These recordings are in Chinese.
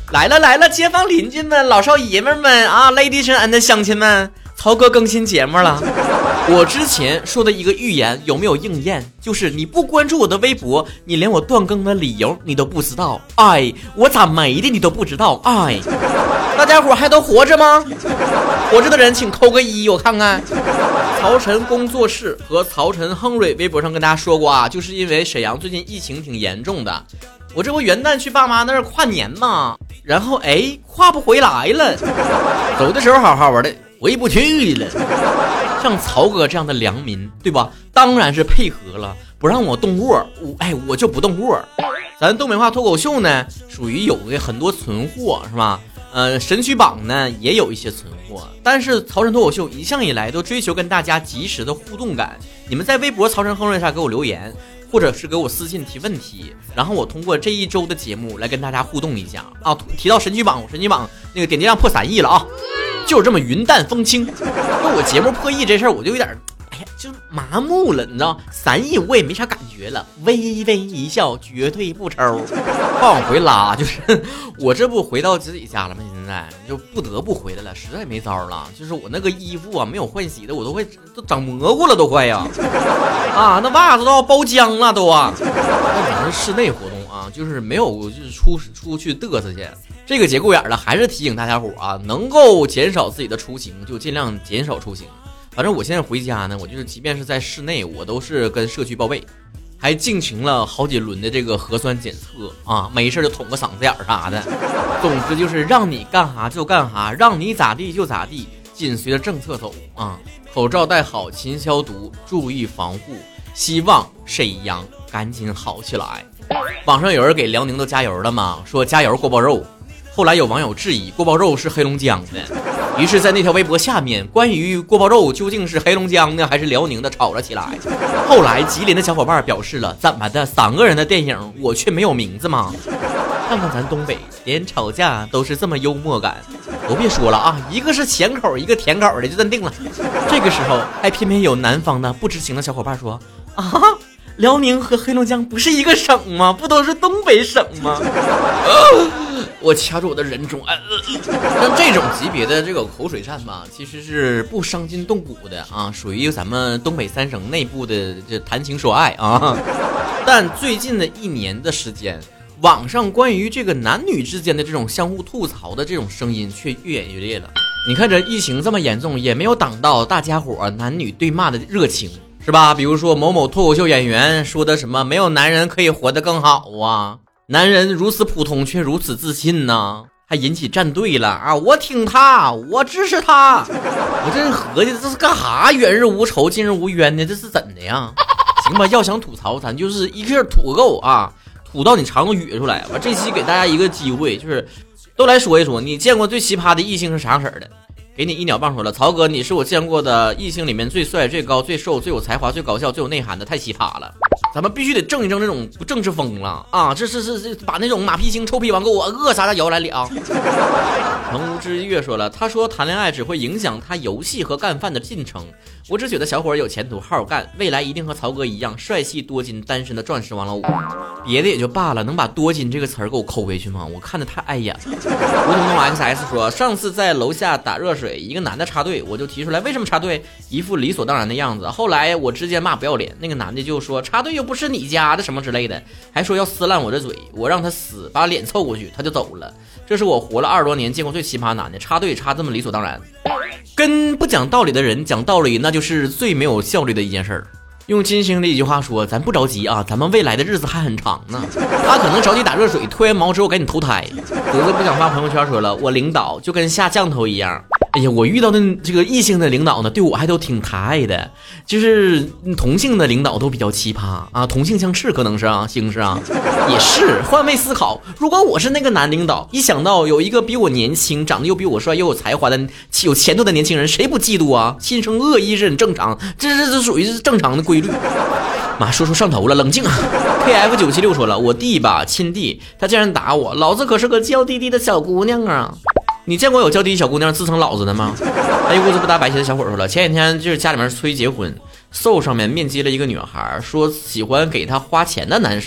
来了来了，街坊邻居们、老少爷们们啊 ，Ladies and 乡亲们，曹哥更新节目了。我之前说的一个预言有没有应验？就是你不关注我的微博，你连我断更的理由你都不知道。哎，我咋没的你都不知道。哎，大家伙还都活着吗？活着的人请扣个1，我看看。曹晨工作室和曹晨亨瑞微博上跟大家说过啊，就是因为沈阳最近疫情挺严重的，我这不元旦去爸妈那儿跨年嘛，然后跨不回来了，走的时候好好的，回不去了。像曹哥这样的良民，对吧？当然是配合了，不让我动窝，我就不动窝。咱东北话脱口秀呢，属于有个很多存货，是吧？神曲榜呢也有一些存货，但是曹晨脱口秀一向以来都追求跟大家及时的互动感。你们在微博曹晨亨瑞上给我留言，或者是给我私信提问题，然后我通过这一周的节目来跟大家互动一下啊。提到神曲榜那个点击量破3亿了啊，就是这么云淡风轻。就我节目破1亿这事儿，我就有点就麻木了，你知道，3亿我也没啥感觉了，微微一笑，绝对不抽，放往回拉。就是我这不回到自己家了吗？现在就不得不回来了，实在没招了。就是我那个衣服啊，没有换洗的，我都长蘑菇了，都快呀！啊，那袜子都要包浆了都啊！那咱是室内活动啊，就是没有就是出去嘚瑟去。这个节骨眼了，还是提醒大家伙啊，能够减少自己的出行，就尽量减少出行。反正我现在回家呢，我就是即便是在室内，我都是跟社区报备，还进行了好几轮的这个核酸检测啊，没事就捅个嗓子眼啥的。总之就是让你干啥就干啥，让你咋地就咋地，紧随着政策走啊。口罩戴好，勤消毒，注意防护，希望沈阳赶紧好起来。网上有人给辽宁都加油了嘛，说加油锅包肉。后来有网友质疑锅包肉是黑龙江的，于是在那条微博下面关于锅包肉究竟是黑龙江的还是辽宁的吵了起来。后来吉林的小伙伴表示了，怎么的3个人的电影我却没有名字吗？看看咱东北连吵架都是这么幽默感，都别说了啊，一个是咸口一个甜口的就认定了。这个时候还偏偏有南方的不知情的小伙伴说啊，辽宁和黑龙江不是一个省吗？不都是东北省吗？我掐住我的人中，像这种级别的这个口水战吧，其实是不伤筋动骨的啊，属于咱们东北3省内部的这谈情说爱啊。但最近的1年的时间，网上关于这个男女之间的这种相互吐槽的这种声音却越演越烈了。你看这疫情这么严重，也没有挡到大家伙男女对骂的热情，是吧？比如说某某脱口秀演员说的什么没有男人可以活得更好啊，男人如此普通却如此自信呢，还引起站队了啊！我挺他，我支持他。我这合计这是干哈？远日无仇近日无冤呢？这是怎的呀？行吧，要想吐槽咱就是一个吐够啊，吐到你肠子哕出来。我这期给大家一个机会，就是都来说一说你见过最奇葩的异性是啥色的。给你1秒棒说了，曹哥，你是我见过的异性里面最帅、最高、最瘦、最有才华、最搞笑、最有内涵的，太奇葩了。咱们必须得正一正这种不正式风了啊！这把那种马屁精、臭屁王给我扼杀在摇篮里啊！程之月说了，他说谈恋爱只会影响他游戏和干饭的进程。我只觉得小伙有前途，好好干，未来一定和曹哥一样帅气多金单身的钻石王老五。别的也就罢了，能把多金这个词儿给我抠回去吗？我看着太碍眼了。吴东东 XS 说，上次在楼下打热水，一个男的插队，我就提出来为什么插队，一副理所当然的样子。后来我直接骂不要脸，那个男的就说插队又不是你家的什么之类的，还说要撕烂我的嘴，我让他死，把脸凑过去，他就走了。这是我活了20多年见过最奇葩男的，插队插这么理所当然，跟不讲道理的人讲道理，那就是最没有效率的一件事儿。用金星的一句话说，咱不着急啊，咱们未来的日子还很长呢。他可能着急打热水，脱完毛之后赶紧投胎。格子不想发朋友圈说了，我领导就跟下降头一样。哎呀，我遇到的这个异性的领导呢，对我还都挺抬爱的，就是同性的领导都比较奇葩啊，同性相斥可能是啊，星是啊，也是换位思考。如果我是那个男领导，一想到有一个比我年轻、长得又比我帅又有才华的、有前途的年轻人，谁不嫉妒啊？心生恶意是很正常，这属于是正常的规律。妈，说上头了，冷静啊 ！KF976 说了，我弟吧，亲弟，他竟然打我，老子可是个娇滴滴的小姑娘啊！你见过有娇滴小姑娘自称老子的吗？哎，屋子不搭白鞋的小伙说了，前几天就是家里面催结婚，sou上面面基了一个女孩，说喜欢给她花钱的男生，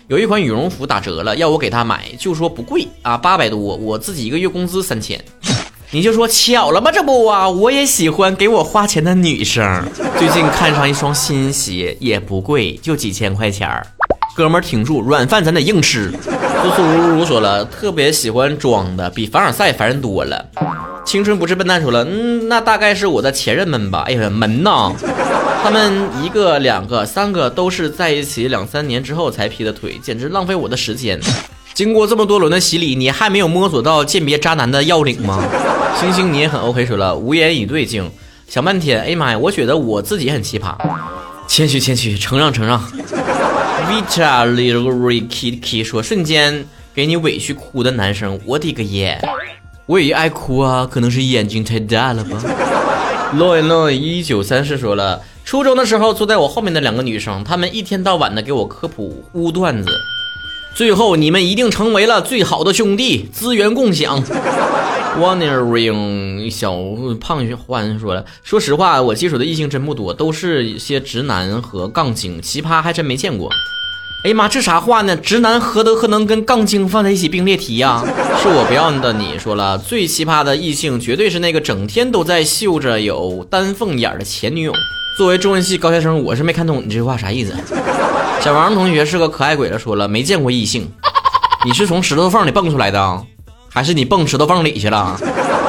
有一款羽绒服打折了，要我给他买，就说不贵啊，800多，我自己一个月工资3000。你就说巧了吗？这不啊，我也喜欢给我花钱的女生。最近看上一双新鞋，也不贵，就几千块钱。哥们儿挺住，软饭咱得硬吃。苏苏如如说了，特别喜欢装的，比凡尔赛烦人多了。青春不是笨蛋说了，那大概是我的前任们吧。哎呀，门呐，他们1个、2个、3个都是在一起2、3年之后才劈的腿，简直浪费我的时间。经过这么多轮的洗礼，你还没有摸索到鉴别渣男的要领吗？星星你也很 OK 说了，无言以对镜，想半天，哎妈呀，我觉得我自己很奇葩。谦虚谦虚，承让承让。Vita Little Ricky 说，瞬间给你委屈哭的男生，我的个耶！我也爱哭啊，可能是眼睛太大了吧。Loy1934说了，初中的时候坐在我后面的2个女生，她们一天到晚的给我科普污段子，最后你们一定成为了最好的兄弟，资源共享。Wondering 小胖欢说了，说实话，我接触的异性真不多，都是一些直男和杠精，奇葩还真没见过。哎呀妈，这啥话呢？直男何德何能跟杠精放在一起并列题呀？是我不要的你说了，最奇葩的异性绝对是那个整天都在秀着有丹凤眼的前女友。作为中文系高材生，我是没看懂你这句话啥意思。小王同学是个可爱鬼了，说了没见过异性，你是从石头缝里蹦出来的，还是你蹦石头缝里去了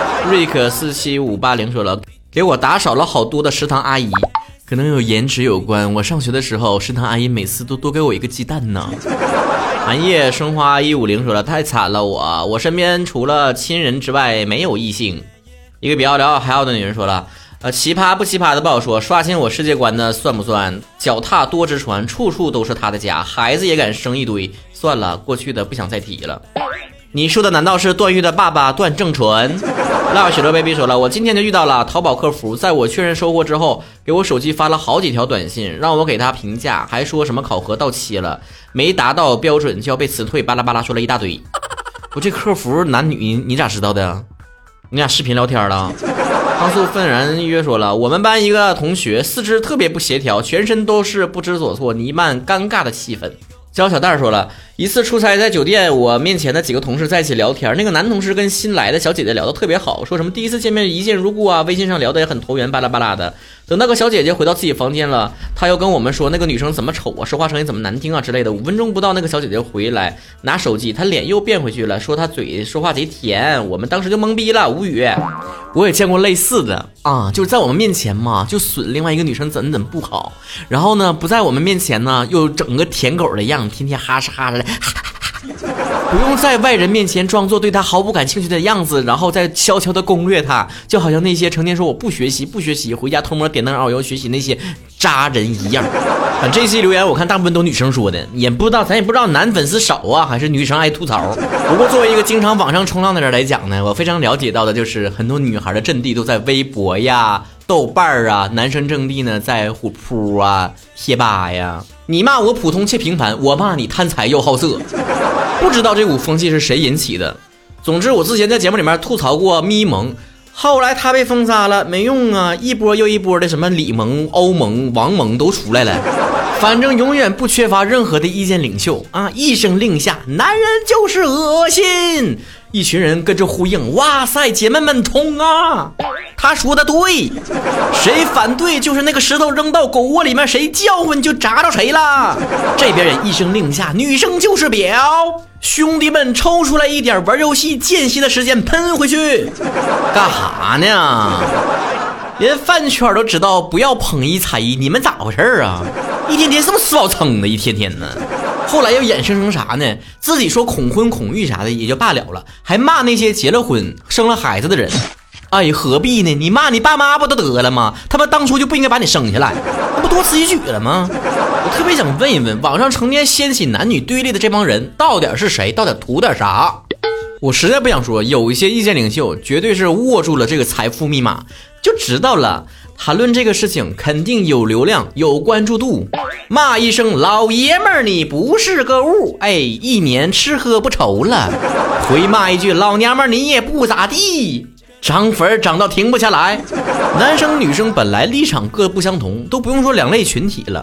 ？Rick47580说了，给我打扫了好多的食堂阿姨，可能有颜值有关。我上学的时候，食堂阿姨每次都多给我一个鸡蛋呢。寒夜生花150说了，太惨了我身边除了亲人之外没有异性。一个比较聊还好的女人说了，奇葩不奇葩的不好说，刷新我世界观的算不算？脚踏多只船，处处都是他的家，孩子也敢生一堆，算了，过去的不想再提了。你说的难道是段誉的爸爸段正淳？辣雪乐 baby 说了，我今天就遇到了淘宝客服，在我确认收货之后，给我手机发了好几条短信，让我给他评价，还说什么考核到期了，没达到标准就要被辞退，巴拉巴拉说了一大堆。我这客服男女你咋知道的？你俩视频聊天了？康素愤然约说了，我们班一个同学四肢特别不协调，全身都是不知所措，弥漫尴尬的气氛。焦小蛋说了，一次出差在酒店，我面前的几个同事在一起聊天，那个男同事跟新来的小姐姐聊得特别好，说什么第一次见面一见如故啊，微信上聊得也很投缘，巴拉巴拉的。等那个小姐姐回到自己房间了，他又跟我们说那个女生怎么丑啊，说话声音怎么难听啊之类的。5分钟不到，那个小姐姐回来拿手机，她脸又变回去了，说她嘴说话贼甜，我们当时就懵逼了，无语。我也见过类似的啊，就是在我们面前嘛，就损另外一个女生怎不好，然后呢不在我们面前呢又整个舔狗的样，天天哈哈的，不用在外人面前装作对他毫不感兴趣的样子，然后再悄悄的攻略他，就好像那些成天说我不学习回家偷摸点灯熬夜学习那些渣人一样。这一期留言我看大部分都女生说的，咱也不知道男粉丝少啊还是女生爱吐槽。不过作为一个经常网上冲浪的人来讲呢，我非常了解到的就是很多女孩的阵地都在微博呀豆瓣啊，男生阵地呢在虎扑啊贴吧呀。你骂我普通且平凡，我骂你贪财又好色。不知道这股风气是谁引起的。总之我之前在节目里面吐槽过咪蒙，后来他被封杀了，没用啊，一波又一波的什么李蒙、欧蒙、王蒙都出来了，反正永远不缺乏任何的意见领袖啊！一声令下，男人就是恶心，一群人跟着呼应，哇塞，姐妹们通啊！他说的对，谁反对就是那个石头扔到狗窝里面，谁叫唤就砸到谁了。这边人一声令下，女生就是婊，兄弟们抽出来一点玩游戏间隙的时间喷回去，干哈呢？连饭圈都知道不要捧一踩一，你们咋回事啊？一天天是不是吃饱撑的，一天天的。后来又衍生成啥呢？自己说恐婚恐育啥的也就罢了了，还骂那些结了婚生了孩子的人。哎，何必呢？你骂你爸妈不都得了吗？他们当初就不应该把你生下来，那不多此一举了吗？我特别想问一问，网上成天掀起男女对立的这帮人到底是谁？到底图点啥？我实在不想说，有一些意见领袖绝对是握住了这个财富密码，就知道了谈论这个事情肯定有流量有关注度，骂一声老爷们儿你不是个物，哎，一年吃喝不愁了，回骂一句老娘们儿你也不咋地，涨粉涨到停不下来。男生女生本来立场各不相同，都不用说两类群体了，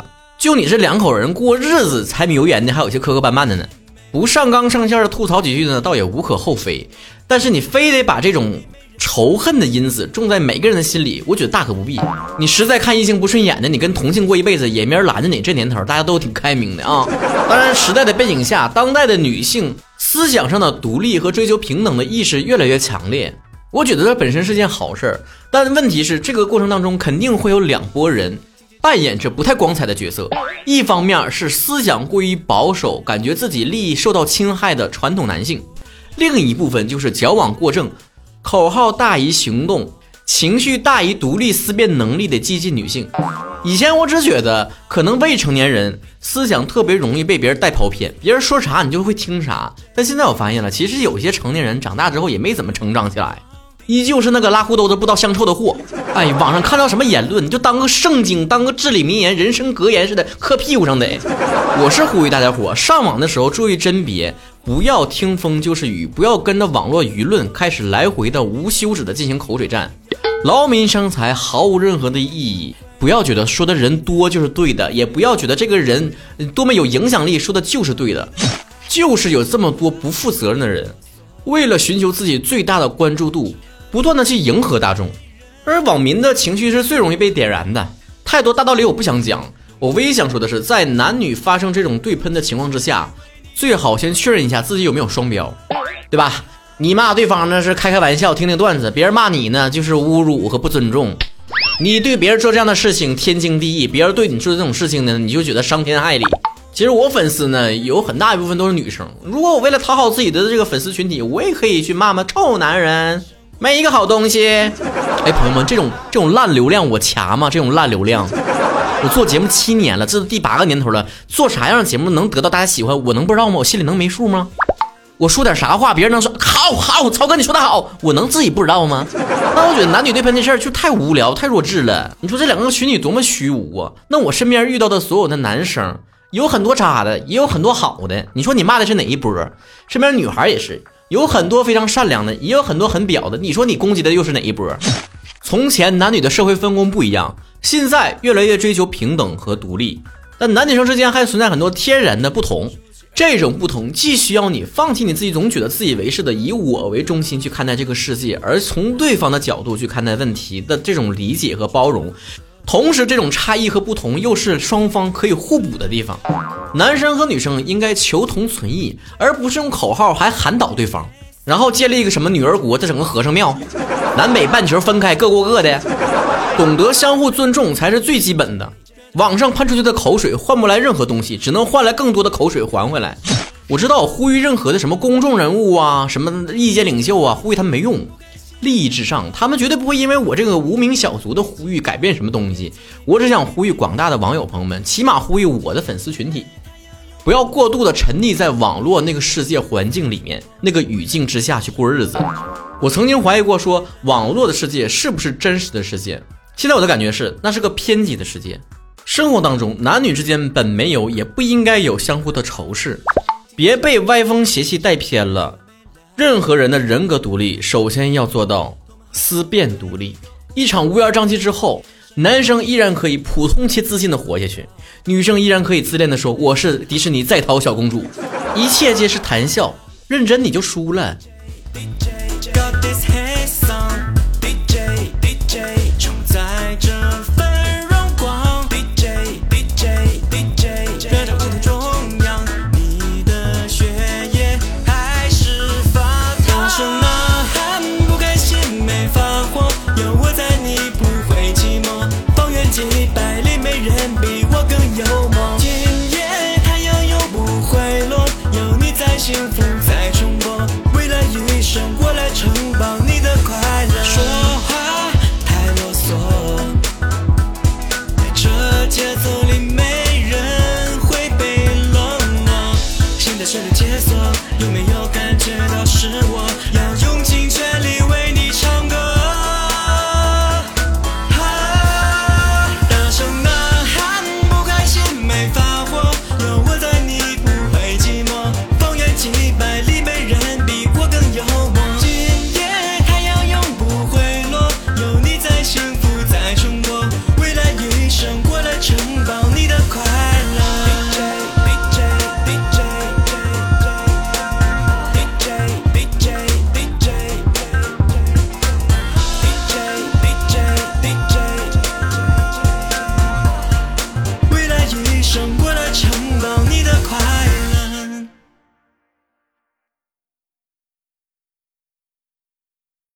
就你这2口人过日子，柴米油盐的还有些磕磕绊绊的呢，不上纲上线的吐槽几句呢，倒也无可厚非。但是你非得把这种仇恨的因子种在每个人的心里，我觉得大可不必。你实在看异性不顺眼的，你跟同性过一辈子也没人拦着你。这年头大家都挺开明的啊。当然时代的背景下，当代的女性思想上的独立和追求平等的意识越来越强烈，我觉得这本身是件好事儿。但问题是这个过程当中肯定会有2拨人扮演着不太光彩的角色，一方面是思想过于保守，感觉自己利益受到侵害的传统男性，另一部分就是矫枉过正，口号大于行动，情绪大于独立思辨能力的激进女性。以前我只觉得可能未成年人思想特别容易被别人带跑偏，别人说啥你就会听啥，但现在我发现了，其实有些成年人长大之后也没怎么成长起来，依旧是那个拉裤兜子不到香臭的货。哎，网上看到什么言论你就当个圣经，当个至理名言、人生格言似的磕屁股上的。我是呼吁大家伙上网的时候注意甄别，不要听风就是雨，不要跟着网络舆论开始来回的无休止的进行口水战，劳民伤财，毫无任何的意义。不要觉得说的人多就是对的，也不要觉得这个人多么有影响力说的就是对的。就是有这么多不负责任的人，为了寻求自己最大的关注度，不断的去迎合大众，而网民的情绪是最容易被点燃的。太多大道理我不想讲，我唯一想说的是，在男女发生这种对喷的情况之下，最好先确认一下自己有没有双标，对吧？你骂对方呢是开玩笑听听段子，别人骂你呢就是侮辱和不尊重。你对别人做这样的事情天经地义，别人对你做这种事情呢你就觉得伤天害理。其实我粉丝呢有很大一部分都是女生，如果我为了讨好自己的这个粉丝群体，我也可以去骂臭男人，没一个好东西。哎，朋友们，这种烂流量我掐吗？这种烂流量，我做节目7年了，这是第8个年头了，做啥样的节目能得到大家喜欢，我能不知道吗？我心里能没数吗？我说点啥话别人能说好，曹哥你说的好，我能自己不知道吗？那我觉得男女对喷这事儿就太无聊太弱智了。你说这2个群体多么虚无啊。那我身边遇到的所有的男生有很多渣的，也有很多好的，你说你骂的是哪一波？身边女孩也是有很多非常善良的，也有很多很婊的，你说你攻击的又是哪一波？从前男女的社会分工不一样，现在越来越追求平等和独立，但男女生之间还存在很多天然的不同。这种不同既需要你放弃你自己总觉得自以为是的以我为中心去看待这个世界，而从对方的角度去看待问题的这种理解和包容，同时这种差异和不同又是双方可以互补的地方。男生和女生应该求同存异，而不是用口号还喊倒对方，然后建立一个什么女儿国，这整个和尚庙，南北半球分开各过各的。懂得相互尊重才是最基本的。网上喷出去的口水换不来任何东西，只能换来更多的口水还回来。我知道我呼吁任何的什么公众人物啊，什么意见领袖啊，呼吁他们没用，利益至上，他们绝对不会因为我这个无名小卒的呼吁改变什么东西。我只想呼吁广大的网友朋友们，起码呼吁我的粉丝群体，不要过度的沉溺在网络那个世界环境里面，那个语境之下去过日子。我曾经怀疑过说网络的世界是不是真实的世界，现在我的感觉是那是个偏激的世界。生活当中男女之间本没有也不应该有相互的仇视，别被歪风邪气带偏了。任何人的人格独立首先要做到思辨独立。一场乌烟瘴气之后，男生依然可以普通且自信的活下去，女生依然可以自恋的说我是迪士尼在逃小公主。一切皆是谈笑，认真你就输了。